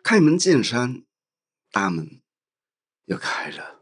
开门见山，大门又开了。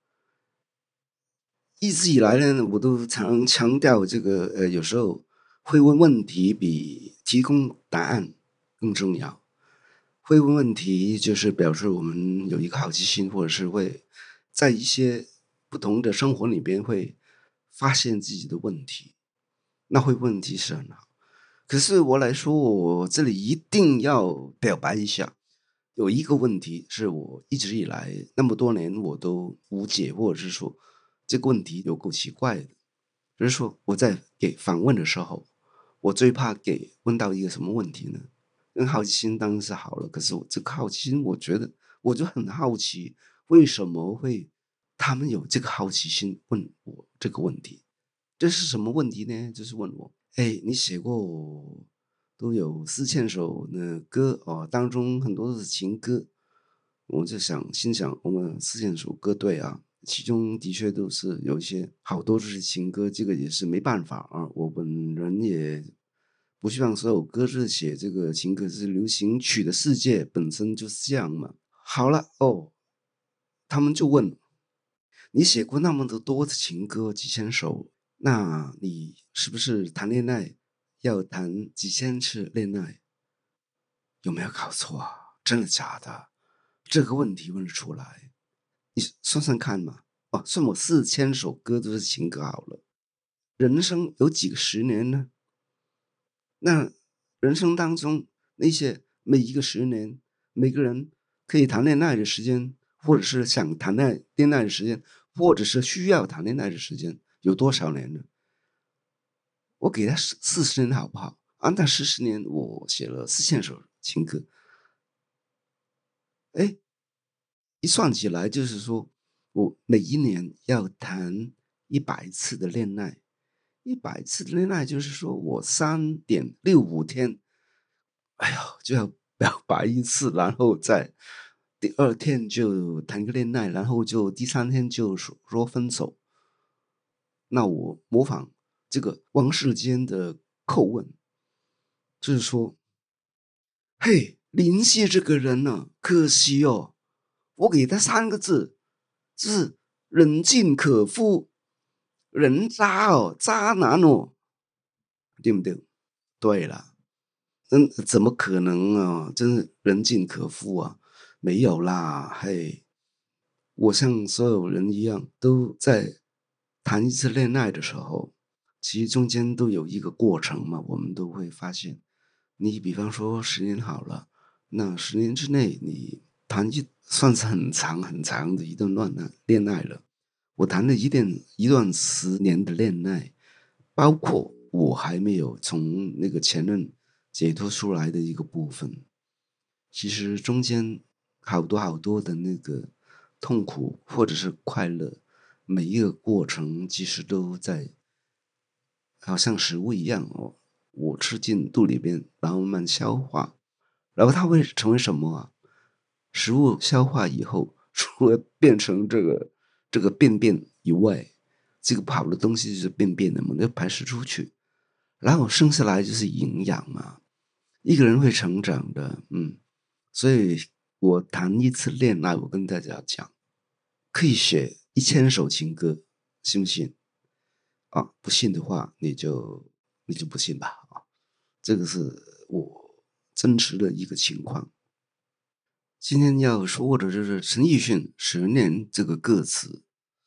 一直以来呢，我都常强调这个，有时候会问问题比提供答案更重要。会问问题就是表示我们有一个好奇心，或者是会在一些不同的生活里边会发现自己的问题，那会问问题是很好。可是我来说，我这里一定要表白一下，有一个问题是我一直以来那么多年我都无解，或者是说这个问题有够奇怪的。就是说我在给访问的时候，我最怕给问到一个什么问题呢？跟好奇心当然是好了，可是我这个好奇心，我觉得我就很好奇，为什么会他们有这个好奇心问我这个问题？这是什么问题呢？就是问我，哎，你写过都有4000首的歌哦，当中很多都是情歌。我就心想，我们4000首歌对啊，其中的确都是有一些好多都是情歌，这个也是没办法啊。我本人也不希望所有歌是写这个情歌，是流行曲的世界本身就是这样嘛。好了哦，他们就问你写过那么多的情歌，几千首，那你是不是谈恋爱要谈几千次恋爱？有没有搞错啊？真的假的？这个问题问得出来，你算算看嘛。哦，算我4000首歌都是情歌好了，人生有几个十年呢？那人生当中那些每一个十年，每个人可以谈恋爱的时间，或者是想谈恋爱的时间，或者是需要谈恋爱的时间有多少年呢？我给他40年好不好？啊，那40年我写了4000首情歌，哎，一算起来就是说，我每一年要谈100次的恋爱100次的恋爱就是说我3.65天，哎呦，就要表白一次，然后再第二天就谈个恋爱，然后就第三天就说分手。那我模仿这个王世坚的叩问，就是说：“嘿，林夕这个人呢，可惜哦，我给他3个字，就是人尽可夫，人渣哦，渣男哦，对不对？”对了，怎么可能啊？真是人尽可夫啊？没有啦，嘿，我像所有人一样，都在谈一次恋爱的时候，其实中间都有一个过程嘛，我们都会发现，你比方说10年好了，那10年之内你算是很长很长的一段恋爱了。我谈了一段10年的恋爱，包括我还没有从那个前任解脱出来的一个部分。其实中间好多好多的那个痛苦或者是快乐，每一个过程其实都在好像食物一样哦，我吃进肚里边，然后慢慢消化，然后它会成为什么啊？食物消化以后，除了变成这个便便以外，这个不好的东西就是便便的嘛，要排泄出去，然后剩下来就是营养嘛。一个人会成长的，所以我谈一次恋爱，我跟大家讲，可以写1000首情歌，信不信？啊，不信的话，你就不信吧，啊，这个是我真实的一个情况。今天要说的就是陈奕迅《十年》这个歌词，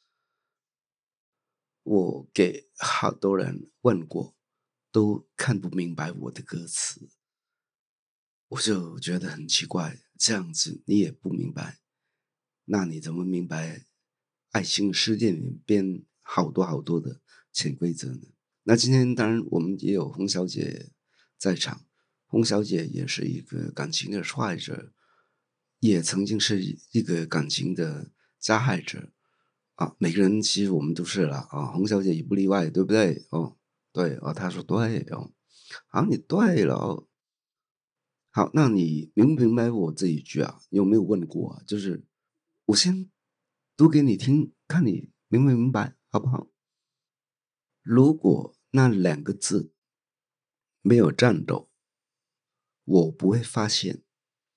我给好多人问过，都看不明白我的歌词，我就觉得很奇怪，这样子你也不明白，那你怎么明白爱情世界里边好多好多的潜规则呢？那今天当然我们也有洪小姐在场，洪小姐也是一个感情的受害者，也曾经是一个感情的加害者啊。每个人其实我们都是了啊，洪小姐也不例外，对不对？哦，对哦，她说对哦，好，你对了哦。好，那你明不明白我这一句啊？有没有问过啊？就是我先读给你听，看你明不明白，好不好？如果那2个字没有颤抖，我不会发现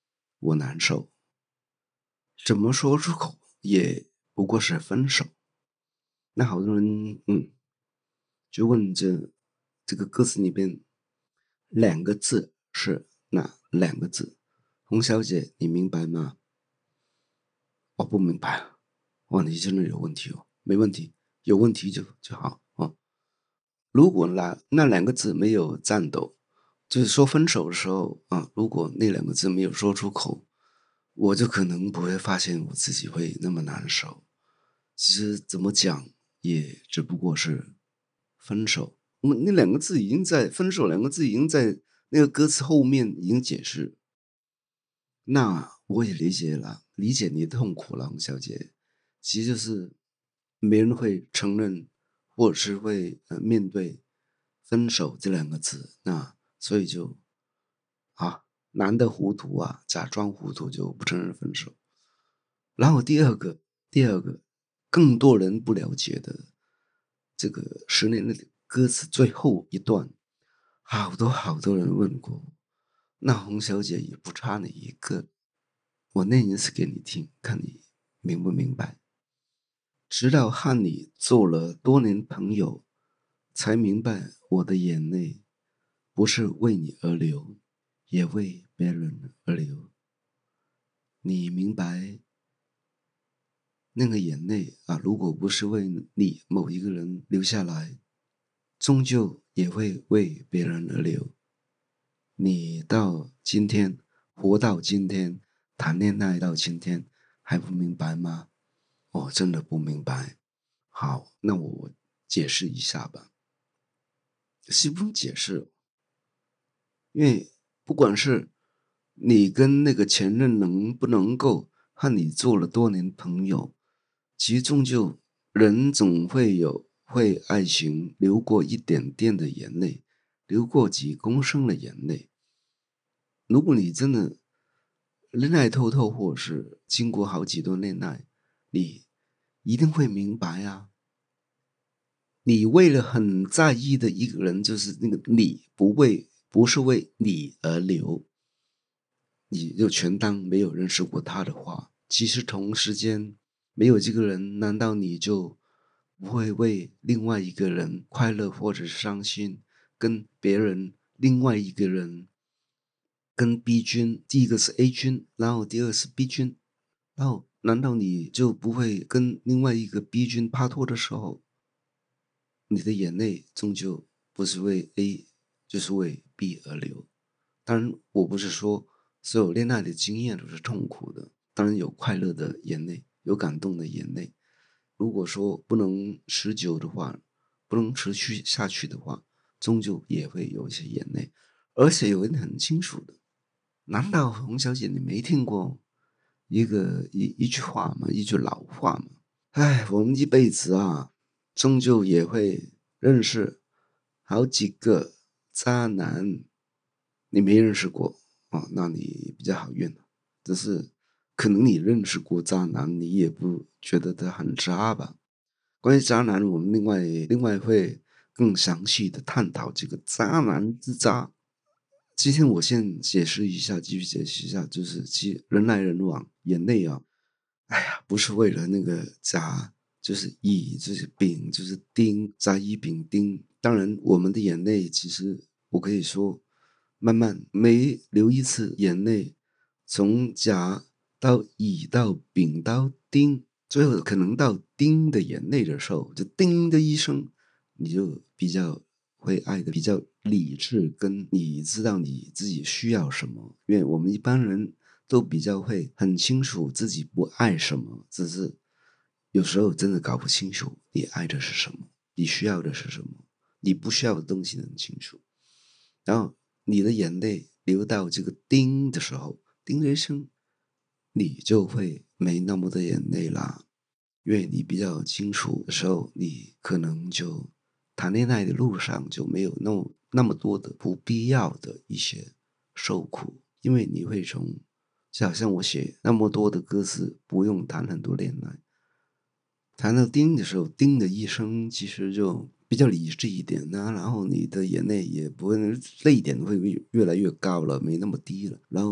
我难受，怎么说出口也不过是分手。那好多人就问这个歌词里边两个字是哪两个字？洪小姐，你明白吗？我不明白啊。哇，你真的有问题哦。没问题，有问题就好哦。如果那两个字没有颤抖，就是说分手的时候啊，如果那两个字没有说出口，我就可能不会发现我自己会那么难受。其实怎么讲，也只不过是分手。我们那两个字已经在分手两个字已经在那个歌词后面已经解释。那我也理解了，理解你的痛苦了，洪小姐。其实就是没人会承认，或者是会面对分手这两个字，那所以就难得糊涂啊，假装糊涂就不承认分手。然后第二个更多人不了解的这个十年的歌词最后一段，好多人问过，那洪小姐也不差你一个，我念一次给你听，看你明不明白。直到和你做了多年朋友，才明白我的眼泪不是为你而流，也为别人而流。你明白那个眼泪啊，如果不是为你某一个人流下来，终究也会为别人而流。你到今天，活到今天，谈恋爱到今天，还不明白吗？我真的不明白。好，那我解释一下吧。是不用解释，因为不管是你跟那个前任能不能够和你做了多年朋友，其实终究人总会有为爱情流过一点点的眼泪，流过几公升的眼泪。如果你真的恋爱透透，或是经过好几段恋爱，你一定会明白啊。你为了很在意的一个人，就是那个你不是为你而流，你就全当没有认识过他的话，其实同时间没有这个人，难道你就不会为另外一个人快乐或者是伤心，跟别人另外一个人跟 B 君，第一个是 A 君，然后第二个是 B 君，然后难道你就不会跟另外一个 B 君拍拖的时候，你的眼泪终究不是为 A 就是为 B 而流？当然，我不是说所有恋爱的经验都是痛苦的，当然有快乐的眼泪，有感动的眼泪。如果说不能持久的话，不能持续下去的话，终究也会有一些眼泪。而且有一点很清楚的，难道洪小姐你没听过一句话吗？一句老话吗？哎，我们一辈子啊，终究也会认识好几个渣男。你没认识过啊，那你比较好运了。只是可能你认识过渣男，你也不觉得他很渣吧？关于渣男，我们另外会更详细的探讨这个渣男之渣。今天我先解释一下，继续解释一下，就是其实人来人往，眼泪啊，哎呀，不是为了那个甲，就是乙，就是丙，就是丁，甲乙丙丁。当然，我们的眼泪其实我可以说，慢慢每流一次眼泪，从甲到乙到丙到丁，最后可能到丁的眼泪的时候，就叮的一声，你就比较会爱的比较理智，跟你知道你自己需要什么。因为我们一般人都比较会很清楚自己不爱什么，只是有时候真的搞不清楚你爱的是什么，你需要的是什么，你不需要的东西很清楚。然后你的眼泪流到这个叮的时候，叮的一声，你就会没那么多眼泪啦。因为你比较清楚的时候，你可能就谈恋爱的路上就没有那么多的不必要的一些受苦，因为你会就好像我写那么多的歌词，不用谈很多恋爱，谈到叮的时候，叮的一声，其实就比较理智一点呢、然后你的眼泪也不会泪点会越来越高了，没那么低了，然后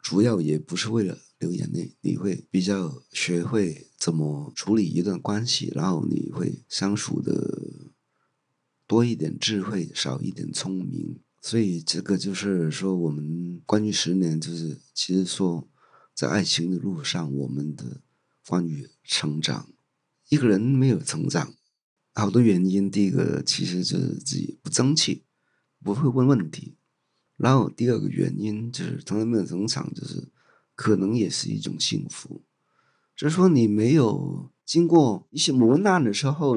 主要也不是为了流眼泪，你会比较学会怎么处理一段关系，然后你会相处的多一点智慧，少一点聪明。所以这个就是说，我们关于10年，就是其实说，在爱情的路上，我们的关于成长，一个人没有成长，好多原因。第一个其实就是自己不争气，不会问问题。然后第二个原因就是从来没有成长，就是可能也是一种幸福。就是说你没有经过一些磨难的时候，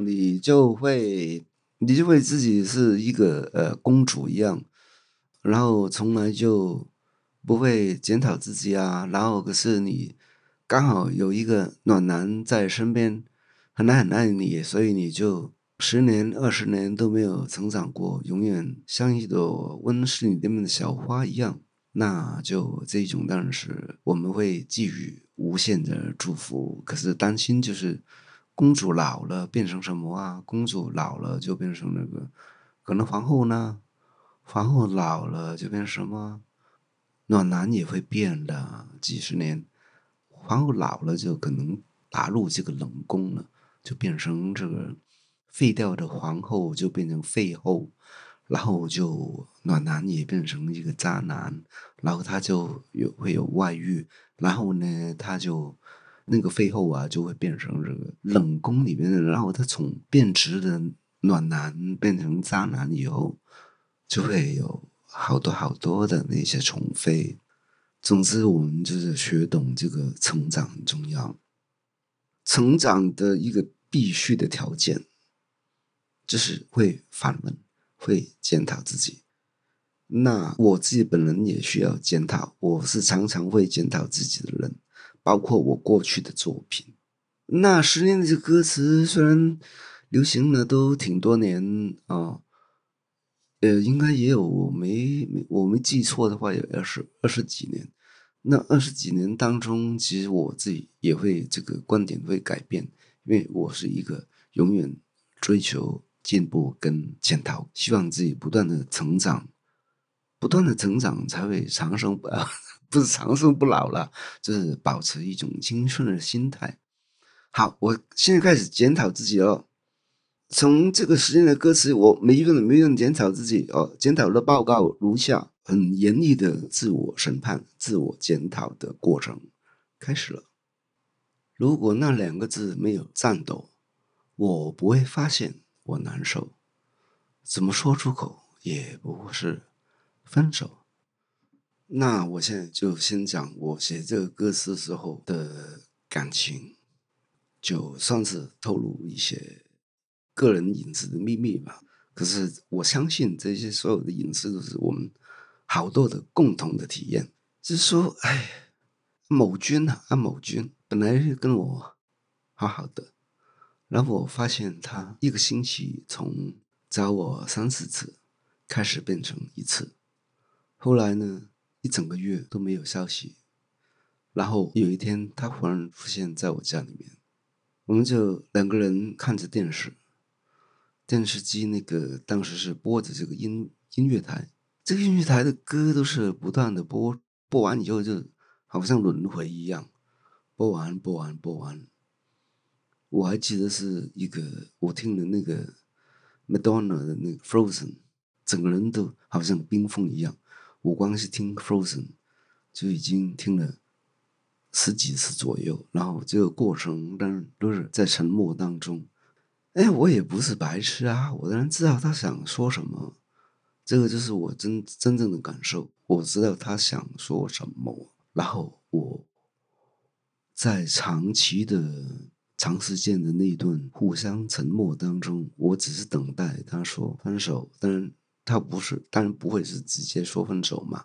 你就会自己是一个公主一样，然后从来就不会检讨自己啊。然后可是你刚好有一个暖男在身边，很爱你，所以你就10年20年都没有成长过，永远像一朵温室里面的小花一样。那就这种当然是我们会寄予无限的祝福，可是担心就是公主老了变成什么啊？公主老了就变成那个，可能皇后呢？皇后老了就变成什么？暖男也会变的，几十年，皇后老了就可能打入这个冷宫了，就变成这个废掉的皇后就变成废后，然后就暖男也变成一个渣男，然后他就会有外遇，然后呢，他就那个废后啊，就会变成这个冷宫里面的，然后他从变质的暖男变成渣男以后，就会有好多好多的那些宠妃。总之，我们就是学懂这个成长很重要。成长的一个必须的条件，就是会反问，会检讨自己。那我自己本人也需要检讨，我是常常会检讨自己的人，包括我过去的作品。那10年的这个歌词虽然流行了都挺多年啊，应该也有我没记错的话，有二十几年。那20几年当中，其实我自己也会这个观点会改变，因为我是一个永远追求进步跟检讨，希望自己不断的成长，不断的成长才会长生不老，不是长生不老了，就是保持一种青春的心态。好，我现在开始检讨自己了。从这个10年的歌词，我每一段检讨自己哦，检讨的报告如下：很严厉的自我审判、自我检讨的过程开始了。如果那2个字没有颤抖，我不会发现我难受，怎么说出口也不是分手。那我现在就先讲我写这个歌词时候的感情，就算是透露一些个人隐私的秘密吧。可是我相信这些所有的隐私都是我们好多的共同的体验。就是说，哎，某君本来是跟我好好的，然后我发现他一个星期从找我3、4次，开始变成1次，后来呢，一整个月都没有消息。然后有一天，他忽然出现在我家里面，我们就2个人看着电视，电视机那个当时是播着这个音乐台，这个音乐台的歌都是不断的播，播完以后就好像轮回一样，播完。我还记得是一个我听的那个 Madonna 的那个 Frozen，整个人都好像冰封一样。我光是听 Frozen 就已经听了十几次左右，然后这个过程当然都是在沉默当中。哎，我也不是白痴啊，我当然知道他想说什么，这个就是我真正的感受。我知道他想说什么，然后我在长时间的那一段互相沉默当中，我只是等待他说分手。当然不会是直接说分手嘛。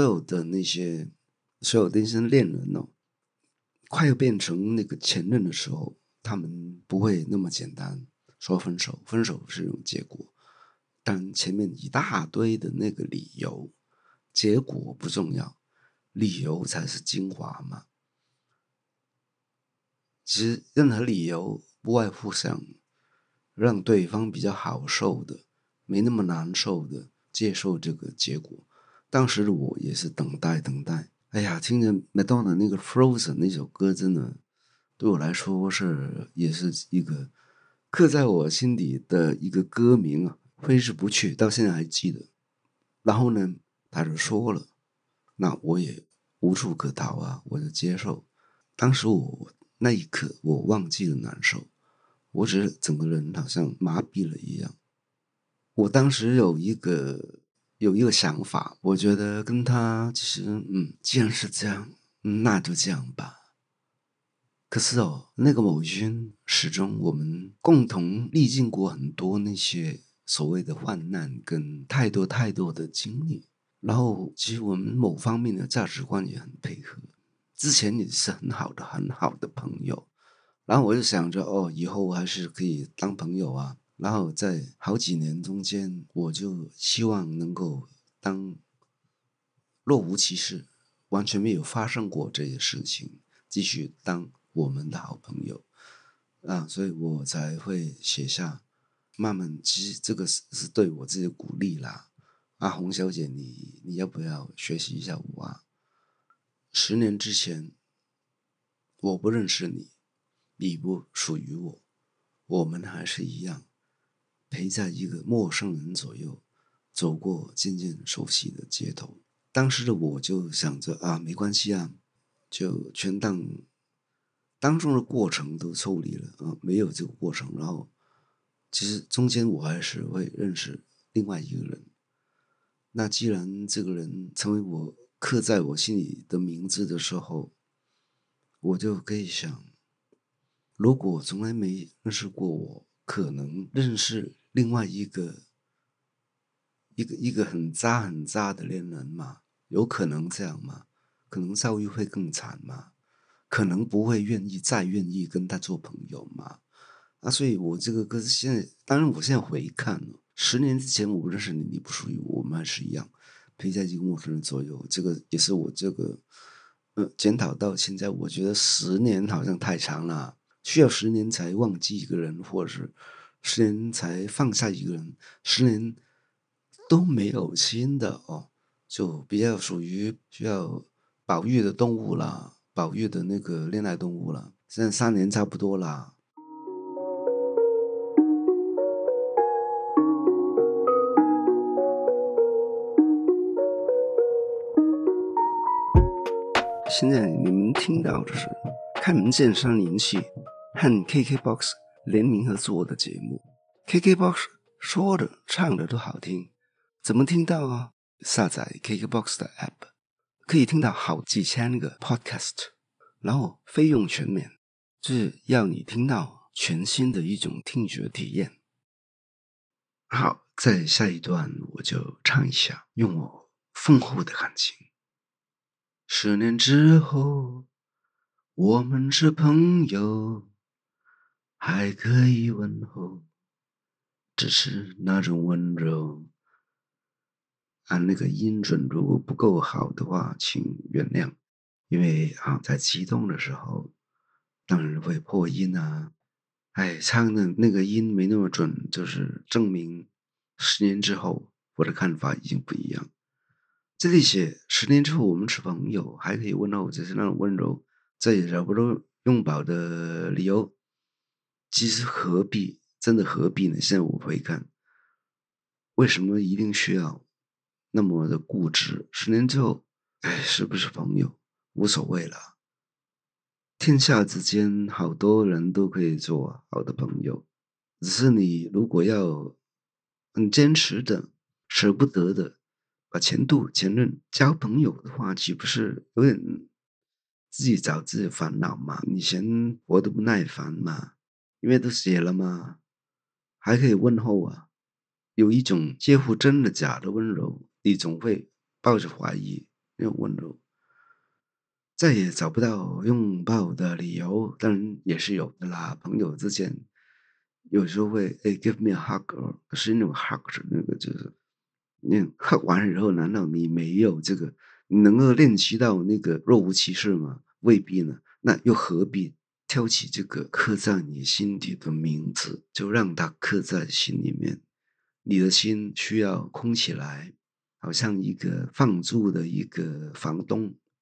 所有的那些恋人哦，快要变成那个前任的时候，他们不会那么简单说分手。分手是一种结果，但前面一大堆的那个理由，结果不重要，理由才是精华嘛。其实任何理由不外乎想让对方比较好受的，没那么难受的接受这个结果。当时的我也是等待， 哎呀，听着麦当娜那个《Frozen》那首歌，真的对我来说也是一个刻在我心底的一个歌名啊，挥之不去，到现在还记得。然后呢，他就说了，那我也无处可逃啊，我就接受。当时那一刻，我忘记了难受，我只是整个人好像麻痹了一样。我当时有一个想法，我觉得跟他其实，既然是这样，那就这样吧。可是哦，那个某君始终我们共同历经过很多那些所谓的患难跟太多太多的经历，然后其实我们某方面的价值观也很配合，之前也是很好的朋友，然后我就想着哦，以后还是可以当朋友啊，然后在好几年中间，我就希望能够当若无其事，完全没有发生过这些事情，继续当我们的好朋友啊，所以我才会写下慢慢，其实这个是对我自己的鼓励啦。啊，洪小姐，你要不要学习一下我啊？10年之前，我不认识你，你不属于我，我们还是一样，陪在一个陌生人左右，走过渐渐熟悉的街头。当时的我就想着啊，没关系啊，就全当中的过程都抽离了啊，没有这个过程。然后，其实中间我还是会认识另外一个人。那既然这个人成为我刻在我心里的名字的时候，我就可以想，如果从来没认识过我，可能认识另外一个很渣很渣的恋人嘛？有可能这样吗？可能遭遇会更惨吗？可能不会再愿意跟他做朋友吗？啊，所以我这个歌现在，当然我现在回看了10年之前我不认识你，你不属于我，我们还是一样陪在一个陌生人左右。这个也是我这个检讨到现在，我觉得10年好像太长了，需要10年才忘记一个人，或者是10年才放下一个人，10年都没有新的哦，就比较属于需要保育的动物啦，保育的那个恋爱动物了。现在3年差不多啦。现在你们听到的是开门见山联系和 KKBOX 联名合作的节目。KKBOX 说的唱的都好听，怎么听到啊？下载 KKBOX 的 App， 可以听到好几千个 Podcast， 然后费用全免，是要你听到全新的一种听觉体验。好，在下一段我就唱一下，用我丰厚的感情。10年之后，我们是朋友，还可以问候，只是那种温柔。按那个音准如果不够好的话，请原谅，因为在激动的时候，当然会破音啊。哎，唱的那个音没那么准，就是证明10年之后我的看法已经不一样。这里写10年之后我们是朋友，还可以问候，只是那种温柔，再也找不到拥抱的理由。其实何必？真的何必呢？现在我回看，为什么一定需要那么的固执？10年之后，哎，是不是朋友无所谓了。天下之间，好多人都可以做好的朋友，只是你如果要很坚持的、舍不得的把前度前任交朋友的话，岂不是有点自己找自己烦恼嘛？你嫌活得不耐烦嘛？因为都写了嘛，还可以问候啊，有一种介乎真的假的温柔，你总会抱着怀疑那种温柔。再也找不到拥抱的理由，当然也是有的啦。朋友之间有时候会give me a hug，可是那种 hug 是那个就是你 hug 完了以后，难道你没有这个，你能够练习到那个若无其事吗？未必呢。那又何必挑起这个刻在你心底的名字，就让它刻在心里面。你的心需要空起来，好像一个放逐的一个房东。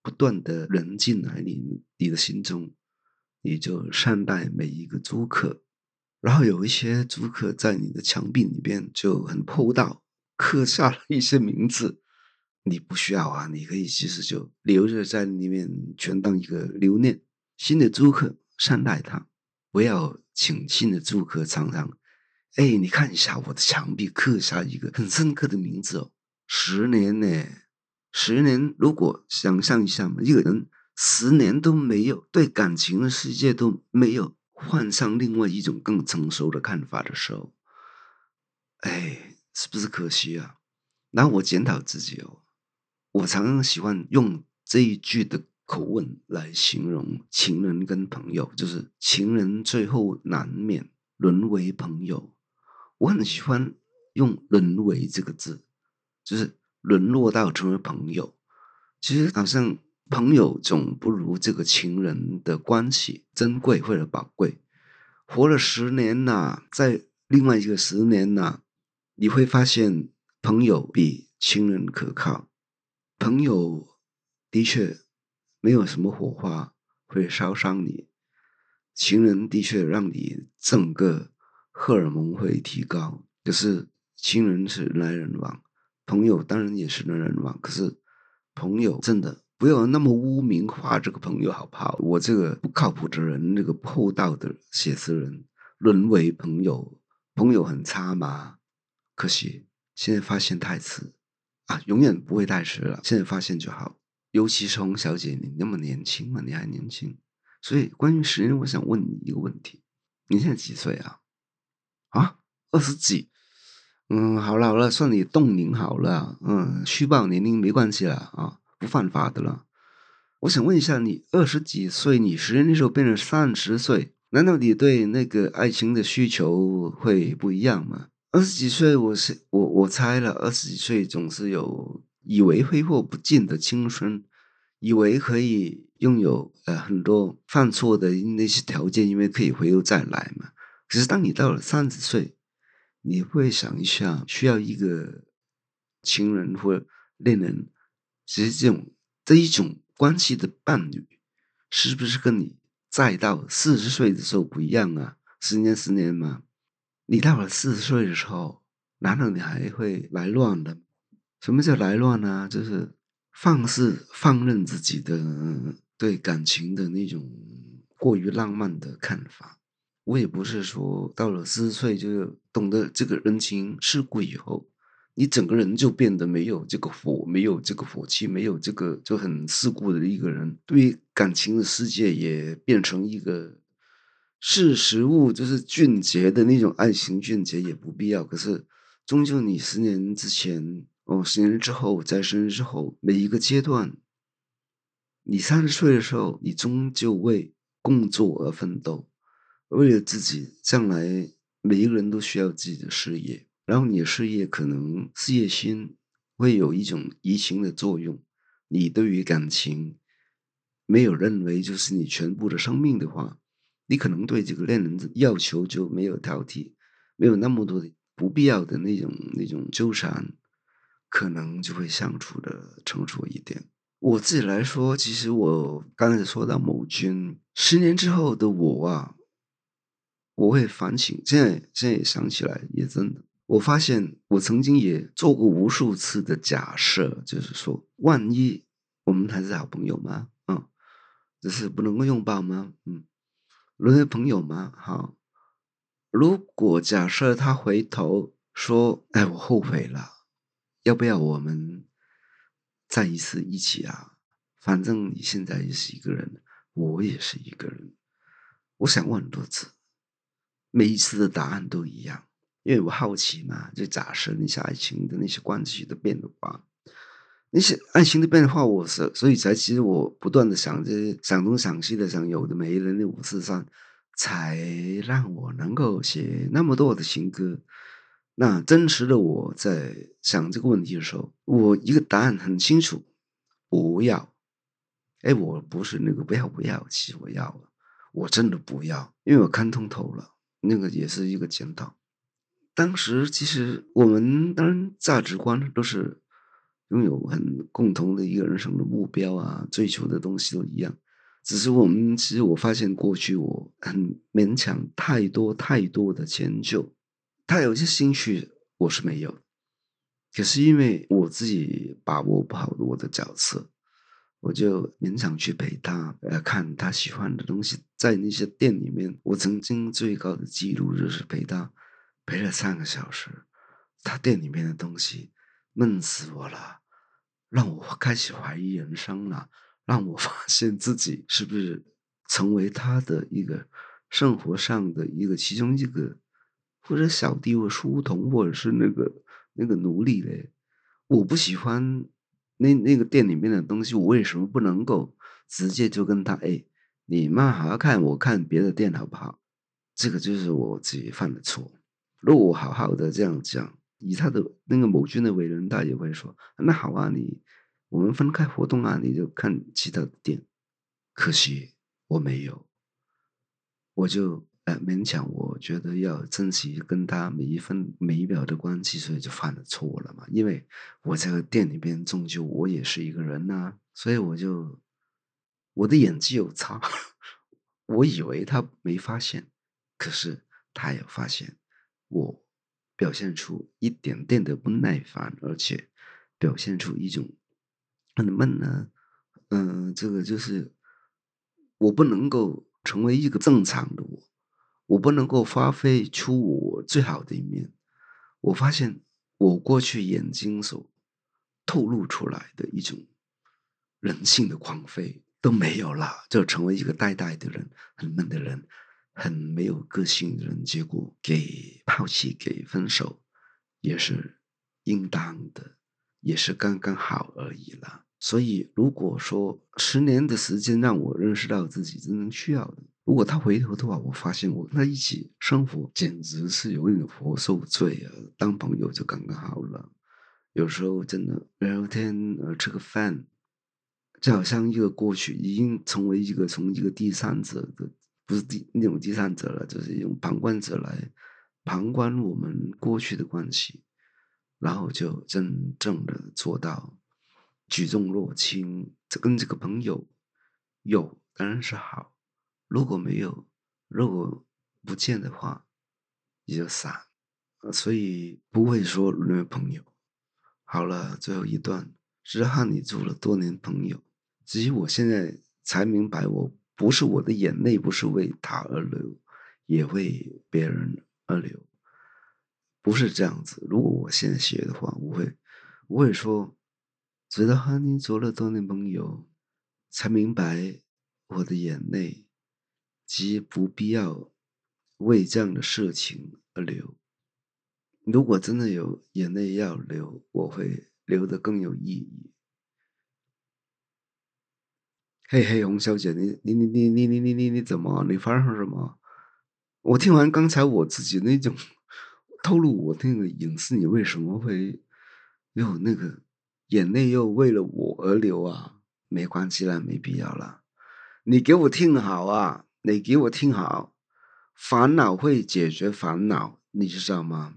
不断的人进来你的心中，你就善待每一个租客。然后有一些租客在你的墙壁里边就很厚道，刻下了一些名字，你不需要啊，你可以其实就留着在里面，全当一个留念。新的租客善待他，不要请新的租客常常，哎，你看一下我的墙壁刻下一个很深刻的名字哦，10年呢，10年，如果想象一下嘛，一个人10年都没有对感情的世界都没有换上另外一种更成熟的看法的时候，哎，是不是可惜啊？然后我检讨自己哦，我常常喜欢用这一句的口吻来形容情人跟朋友，就是情人最后难免沦为朋友。我很喜欢用“沦为”这个字，就是沦落到成为朋友。其实好像朋友总不如这个情人的关系珍贵或者宝贵。活了10年呐，在另外一个10年呐，你会发现朋友比亲人可靠。朋友的确没有什么火花会烧伤你，情人的确让你整个荷尔蒙会提高。可是亲人是人来人往，朋友当然也是人来人往。可是朋友真的不要那么污名化这个朋友好不好？我这个不靠谱的人，这个不厚道的写词人，沦为朋友，朋友很差吗？可惜现在发现太迟啊，永远不会太迟了。现在发现就好。尤其是洪小姐，你那么年轻嘛，你还年轻，所以关于10年，我想问你一个问题：你现在几岁啊？啊，20几？好了好了，算你冻龄好了，虚报年龄没关系了啊，不犯法的了。我想问一下，你20几岁，你10年的时候变成30岁，难道你对那个爱情的需求会不一样吗？20几岁，我猜了，20几岁总是有以为挥霍不尽的青春，以为可以拥有很多犯错的那些条件，因为可以回头再来嘛。可是当你到了30岁，你会想一下，需要一个情人或恋人，其实这一种关系的伴侣，是不是跟你再到40岁的时候不一样啊？10年嘛。你到了40岁的时候，难道你还会来乱的？什么叫来乱呢？就是放任自己的对感情的那种过于浪漫的看法。我也不是说到了40岁就懂得这个人情世故以后，你整个人就变得没有这个火，没有这个火气，没有这个就很世故的一个人，对于感情的世界也变成一个识时务，就是俊杰的那种爱情俊杰也不必要。可是终究你10年之前，10年之后，在10年之后，每一个阶段，你30岁的时候，你终究为工作而奋斗，为了自己将来，每一个人都需要自己的事业，然后你的事业可能事业心会有一种移情的作用。你对于感情没有认为就是你全部的生命的话，你可能对这个恋人的要求就没有挑剔，没有那么多的不必要的那种纠缠，可能就会相处的成熟一点。我自己来说，其实我刚才说到某君10年之后的我啊，我会反省，现在也想起来，也真的，我发现我曾经也做过无数次的假设，就是说，万一我们还是好朋友吗？只是不能够拥抱吗？沦为朋友吗？好，如果假设他回头说：“哎，我后悔了，要不要我们再一次一起啊？反正你现在也是一个人，我也是一个人。”我想过很多次，每一次的答案都一样，因为我好奇嘛，就假设那些爱情的那些关系的变化，那些爱情的变化，所以才其实我不断的想这些想东想西的想有的没的那543，才让我能够写那么多的情歌。那真实的我在想这个问题的时候，我一个答案很清楚，不要。哎，我不是那个不要，其实我要了，我真的不要，因为我看通透了，那个也是一个检讨。当时其实我们当然价值观都是拥有很共同的一个人生的目标啊，追求的东西都一样。只是其实我发现过去我很勉强太多太多的迁就，他有些兴趣我是没有，可是因为我自己把握不好我的角色，我就勉强去陪他，看他喜欢的东西。在那些店里面，我曾经最高的记录就是陪他陪了3个小时，他店里面的东西闷死我了，让我开始怀疑人生了，让我发现自己是不是成为他的一个生活上的一个其中一个或者小弟或书童，或者是那个奴隶嘞。我不喜欢那个店里面的东西，我为什么不能够直接就跟他，哎，你嘛好好看，我看别的店好不好？这个就是我自己犯的错。如果我好好的这样讲，以他的那个某君的为人，他也会说，那好啊，我们分开活动啊，你就看其他的店。可惜我没有，我就勉强我觉得要珍惜跟他每一分每一秒的关系，所以就犯了错了嘛。因为我在店里边终究我也是一个人呐、所以我的演技有差，我以为他没发现，可是他有发现，我表现出一点点的不耐烦，而且表现出一种很闷呢。这个就是我不能够成为一个正常的我，我不能够发挥出我最好的一面。我发现我过去眼睛所透露出来的一种人性的狂飞都没有了，就成为一个呆呆的人，很闷的人，很没有个性的人，结果给抛弃、给分手，也是应当的，也是刚刚好而已啦。所以，如果说10年的时间让我认识到自己真正需要的，如果他回头的话，我发现我跟他一起生活简直是有点活受罪啊！当朋友就刚刚好了。有时候真的聊聊天，吃个饭，就好像一个过去已经成为从一个第三者的，不是那种第三者了，就是一种旁观者来旁观我们过去的关系，然后就真正的做到举重若轻。跟这个朋友有当然是好，如果没有，如果不见的话，也就散。所以不会说沦为朋友。好了，最后一段是和你做了多年朋友，只是我现在才明白，我不是我的眼泪不是为他而流，也为别人而流，不是这样子。如果我现在写的话，我会说，直到和你做了多年朋友，才明白我的眼泪其实不必要为这样的事情而流。如果真的有眼泪要流，我会流得更有意义。嘿嘿，洪小姐，你怎么？你发生什么？我听完刚才我自己那种透露我那个隐私，你为什么会又那个眼泪又为了我而流啊？没关系啦，没必要啦。你给我听好啊，你给我听好，烦恼会解决烦恼，你知道吗？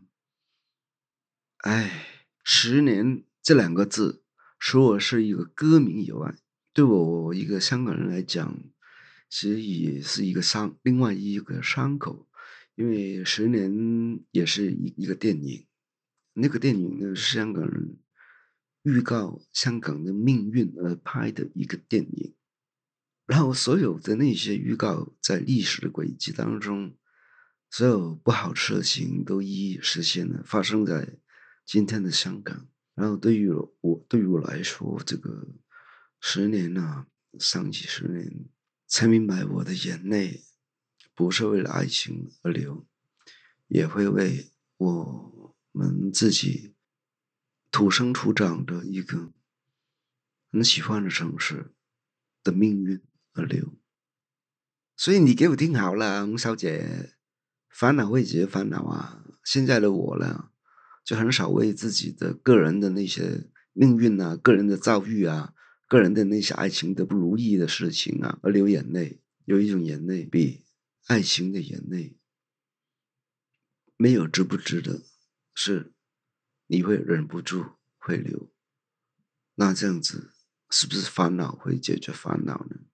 哎，10年这2个字，除了是一个歌名以外，对我一个香港人来讲，其实也是一个另外一个伤口。因为10年也是一个电影，那个电影呢是香港人预告香港的命运而拍的一个电影。然后所有的那些预告在历史的轨迹当中，所有不好的事情都一一实现了，发生在今天的香港。然后对于我来说，这个10年呐，上几十年，才明白我的眼泪不是为了爱情而流，也会为我们自己土生土长的一个很喜欢的城市的命运而流。所以你给我听好了，洪小姐，烦恼会解决烦恼啊。现在的我呢，就很少为自己的个人的那些命运啊、个人的遭遇啊、个人的那些爱情的不如意的事情啊而流眼泪。有一种眼泪比爱情的眼泪没有值不值得，是你会忍不住会流。 那这样子是不是烦恼会解决烦恼呢？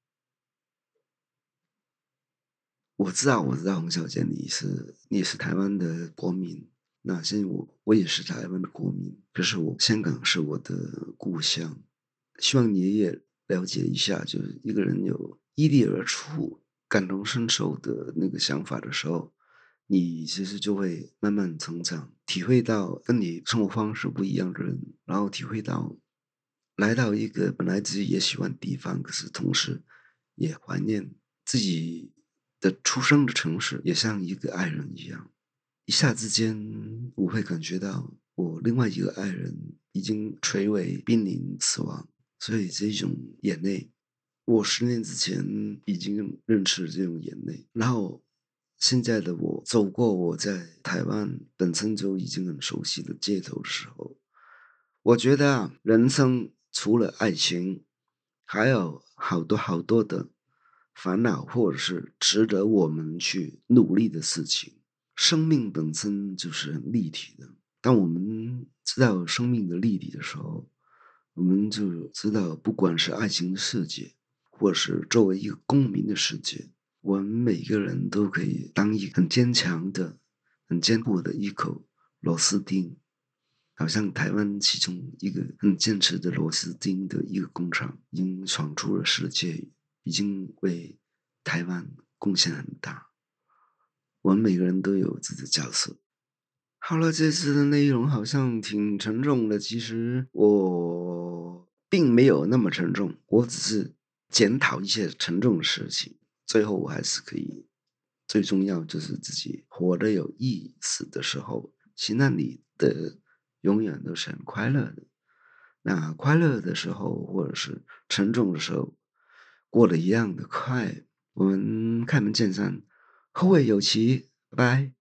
我知道洪小姐你是台湾的国民，那现在我也是台湾的国民，可是香港是我的故乡，希望你也了解一下，就是一个人有依地而处、感同身受的那个想法的时候，你其实就会慢慢成长，体会到跟你生活方式不一样的人，然后体会到来到一个本来自己也喜欢的地方，可是同时也怀念自己的出生的城市，也像一个爱人一样。一下之间，我会感觉到我另外一个爱人已经垂危濒临死亡，所以这种眼泪，我10年之前已经认识了这种眼泪，然后现在的我走过我在台湾本身就已经很熟悉的街头的时候，我觉得啊，人生除了爱情，还有好多好多的烦恼，或者是值得我们去努力的事情。生命本身就是很立体的，当我们知道生命的立体的时候，我们就知道，不管是爱情的世界，或是作为一个公民的世界，我们每个人都可以当一个很坚强的、很坚固的一口螺丝钉。好像台湾其中一个很坚持的螺丝钉的一个工厂，已经闯出了世界，已经为台湾贡献很大。我们每个人都有自己的角色。好了，这次的内容好像挺沉重的，其实我并没有那么沉重，我只是检讨一些沉重的事情。最后我还是可以，最重要就是自己活得有意思的时候，其实那你的永远都是很快乐的。那快乐的时候，或者是沉重的时候，过得一样的快。我们开门见山，后会有期，拜拜。